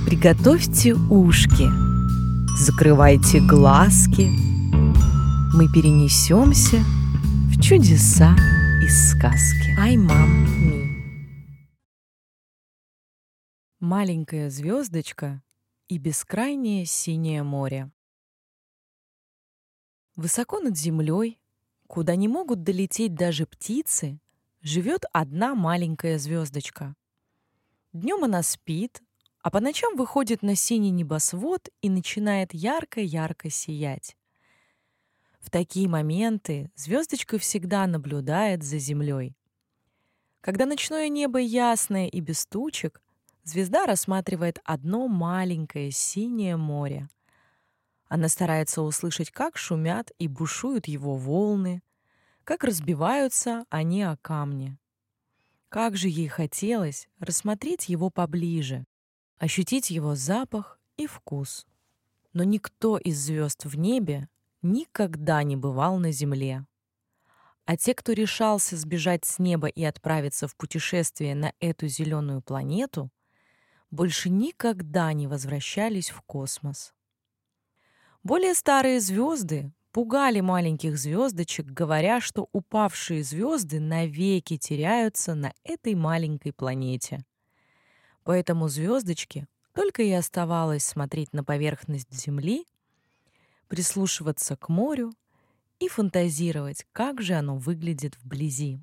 Приготовьте ушки, закрывайте глазки. Мы перенесемся в чудеса из сказки. Ай, мам, ми. Маленькая звездочка и бескрайнее синее море. Высоко над землей, куда не могут долететь даже птицы, живет одна маленькая звездочка. Днем она спит, а по ночам выходит на синий небосвод и начинает ярко-ярко сиять. В такие моменты звездочка всегда наблюдает за землей. Когда ночное небо ясное и без тучек, звезда рассматривает одно маленькое синее море. Она старается услышать, как шумят и бушуют его волны, как разбиваются они о камни. Как же ей хотелось рассмотреть его поближе, ощутить его запах и вкус. Но никто из звезд в небе никогда не бывал на земле. А те, кто решался сбежать с неба и отправиться в путешествие на эту зеленую планету, больше никогда не возвращались в космос. Более старые звезды пугали маленьких звездочек, говоря, что упавшие звезды навеки теряются на этой маленькой планете. Поэтому звездочке только и оставалось смотреть на поверхность Земли, прислушиваться к морю и фантазировать, как же оно выглядит вблизи.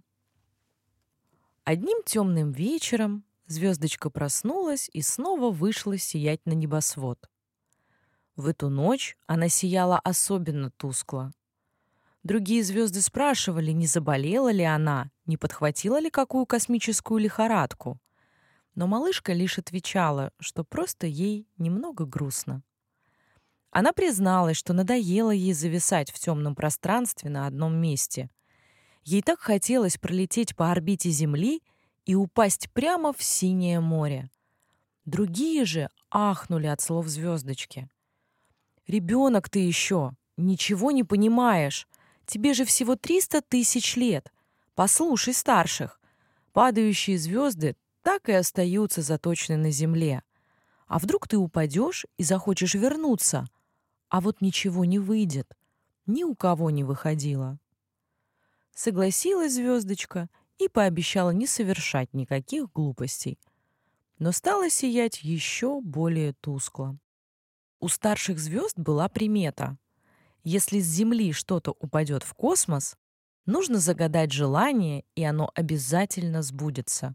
Одним темным вечером звездочка проснулась и снова вышла сиять на небосвод. В эту ночь она сияла особенно тускло. Другие звезды спрашивали, не заболела ли она, не подхватила ли какую космическую лихорадку. Но малышка лишь отвечала, что просто ей немного грустно. Она призналась, что надоело ей зависать в темном пространстве на одном месте. Ей так хотелось пролететь по орбите Земли и упасть прямо в синее море. Другие же ахнули от слов звездочки. «Ребенок ты еще, ничего не понимаешь. Тебе же всего 300 тысяч лет. Послушай старших. Падающие звезды так и остаются заточены на земле. А вдруг ты упадешь и захочешь вернуться? А вот ничего не выйдет. Ни у кого не выходило». Согласилась звездочка и пообещала не совершать никаких глупостей. Но стала сиять еще более тускло. У старших звезд была примета. Если с Земли что-то упадет в космос, нужно загадать желание, и оно обязательно сбудется.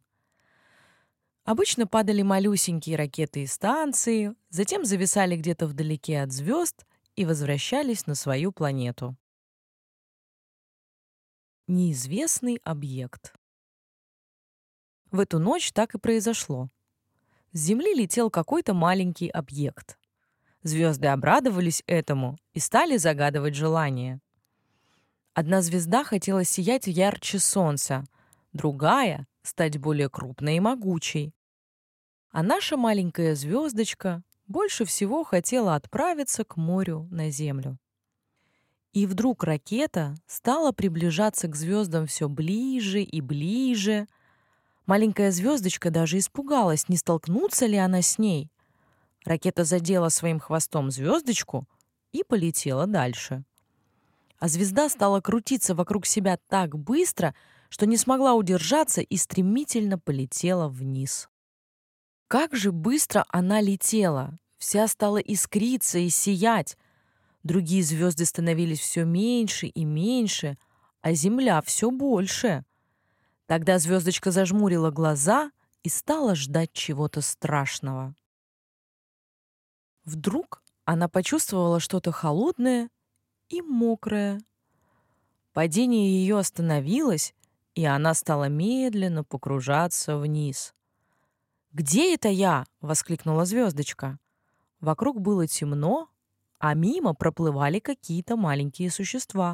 Обычно падали малюсенькие ракеты и станции, затем зависали где-то вдалеке от звезд и возвращались на свою планету. Неизвестный объект. В эту ночь так и произошло. С Земли летел какой-то маленький объект. Звезды обрадовались этому и стали загадывать желания. Одна звезда хотела сиять ярче солнца, другая — стать более крупной и могучей. А наша маленькая звездочка больше всего хотела отправиться к морю на Землю. И вдруг ракета стала приближаться к звездам все ближе и ближе. Маленькая звездочка даже испугалась, не столкнуться ли она с ней. Ракета задела своим хвостом звездочку и полетела дальше. А звезда стала крутиться вокруг себя так быстро, что не смогла удержаться и стремительно полетела вниз. Как же быстро она летела! Вся стала искриться и сиять. Другие звезды становились все меньше и меньше, а Земля все больше. Тогда звездочка зажмурила глаза и стала ждать чего-то страшного. Вдруг она почувствовала что-то холодное и мокрое. Падение ее остановилось, и она стала медленно погружаться вниз. «Где это я?» — воскликнула звездочка. Вокруг было темно, а мимо проплывали какие-то маленькие существа.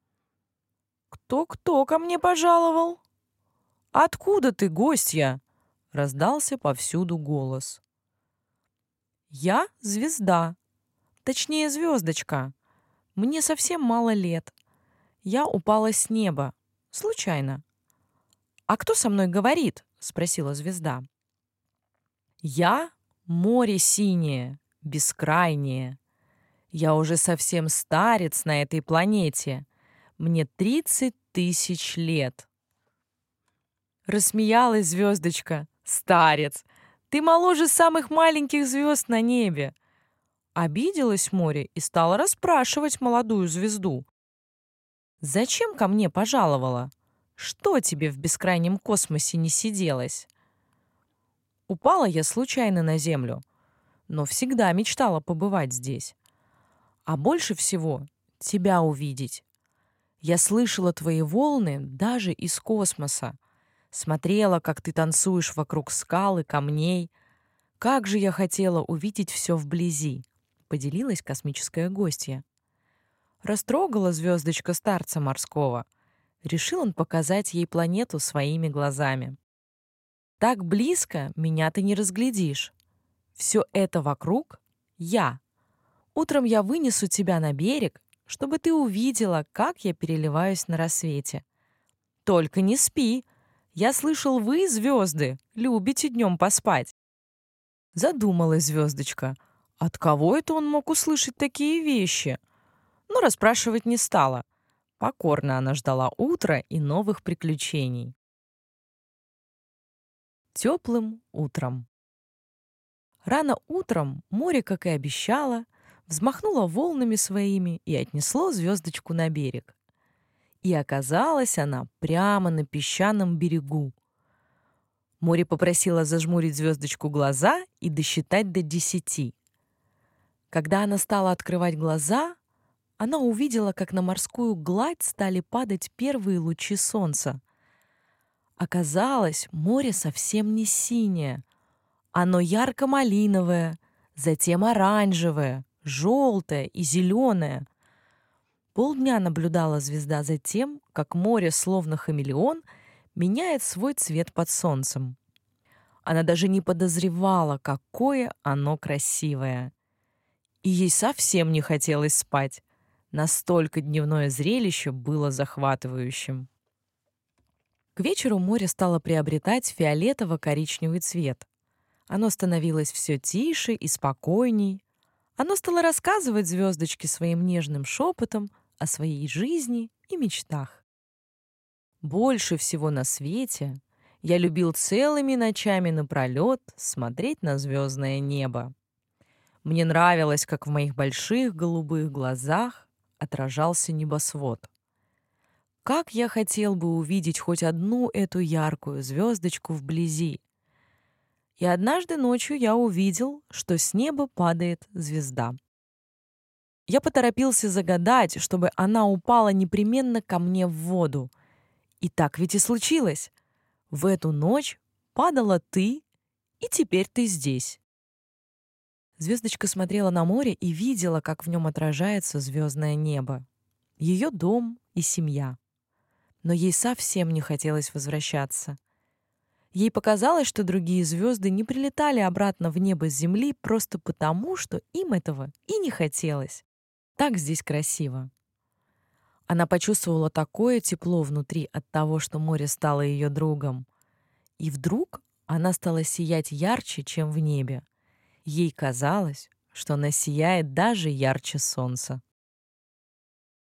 «Кто ко мне пожаловал? Откуда ты, гостья?» — раздался повсюду голос. «Я звезда, точнее звездочка. Мне совсем мало лет. Я упала с неба. Случайно». «А кто со мной говорит?» — спросила звезда. «Я Море синее, бескрайнее. Я уже совсем старец на этой планете. Мне 30 тысяч лет. Рассмеялась звездочка. Старец, ты моложе самых маленьких звезд на небе. Обиделось море и стало расспрашивать молодую звезду. Зачем ко мне пожаловала? Что тебе в бескрайнем космосе не сиделось? Упала я случайно на Землю, но всегда мечтала побывать здесь. А больше всего тебя увидеть. Я слышала твои волны даже из космоса. Смотрела, как ты танцуешь вокруг скал и камней. Как же я хотела увидеть все вблизи, поделилась космическая гостья. Растрогала звездочка старца морского. Решил он показать ей планету своими глазами. Так близко меня ты не разглядишь. Все это вокруг — я. Утром я вынесу тебя на берег, чтобы ты увидела, как я переливаюсь на рассвете. Только не спи. Я слышал, вы, звезды, любите днем поспать. Задумалась звездочка. От кого это он мог услышать такие вещи? Но расспрашивать не стала. Покорно она ждала утра и новых приключений. Теплым утром. Рано утром море, как и обещало, взмахнуло волнами своими и отнесло звездочку на берег. И оказалась она прямо на песчаном берегу. Море попросило зажмурить звездочку глаза и досчитать до 10. Когда она стала открывать глаза, она увидела, как на морскую гладь стали падать первые лучи солнца. Оказалось, море совсем не синее. Оно ярко-малиновое, затем оранжевое, желтое и зеленое. Полдня наблюдала звезда за тем, как море, словно хамелеон, меняет свой цвет под солнцем. Она даже не подозревала, какое оно красивое. И ей совсем не хотелось спать. Настолько дневное зрелище было захватывающим. К вечеру море стало приобретать фиолетово-коричневый цвет. Оно становилось все тише и спокойней. Оно стало рассказывать звездочке своим нежным шепотом о своей жизни и мечтах. Больше всего на свете я любил целыми ночами напролет смотреть на звездное небо. Мне нравилось, как в моих больших голубых глазах отражался небосвод. Как я хотел бы увидеть хоть одну эту яркую звездочку вблизи. И однажды ночью я увидел, что с неба падает звезда. Я поторопился загадать, чтобы она упала непременно ко мне в воду. И так ведь и случилось. В эту ночь падала ты, и теперь ты здесь. Звездочка смотрела на море и видела, как в нем отражается звездное небо. Ее дом и семья. Но ей совсем не хотелось возвращаться. Ей показалось, что другие звезды не прилетали обратно в небо с земли просто потому, что им этого и не хотелось. Так здесь красиво. Она почувствовала такое тепло внутри от того, что море стало ее другом. И вдруг она стала сиять ярче, чем в небе. Ей казалось, что она сияет даже ярче солнца.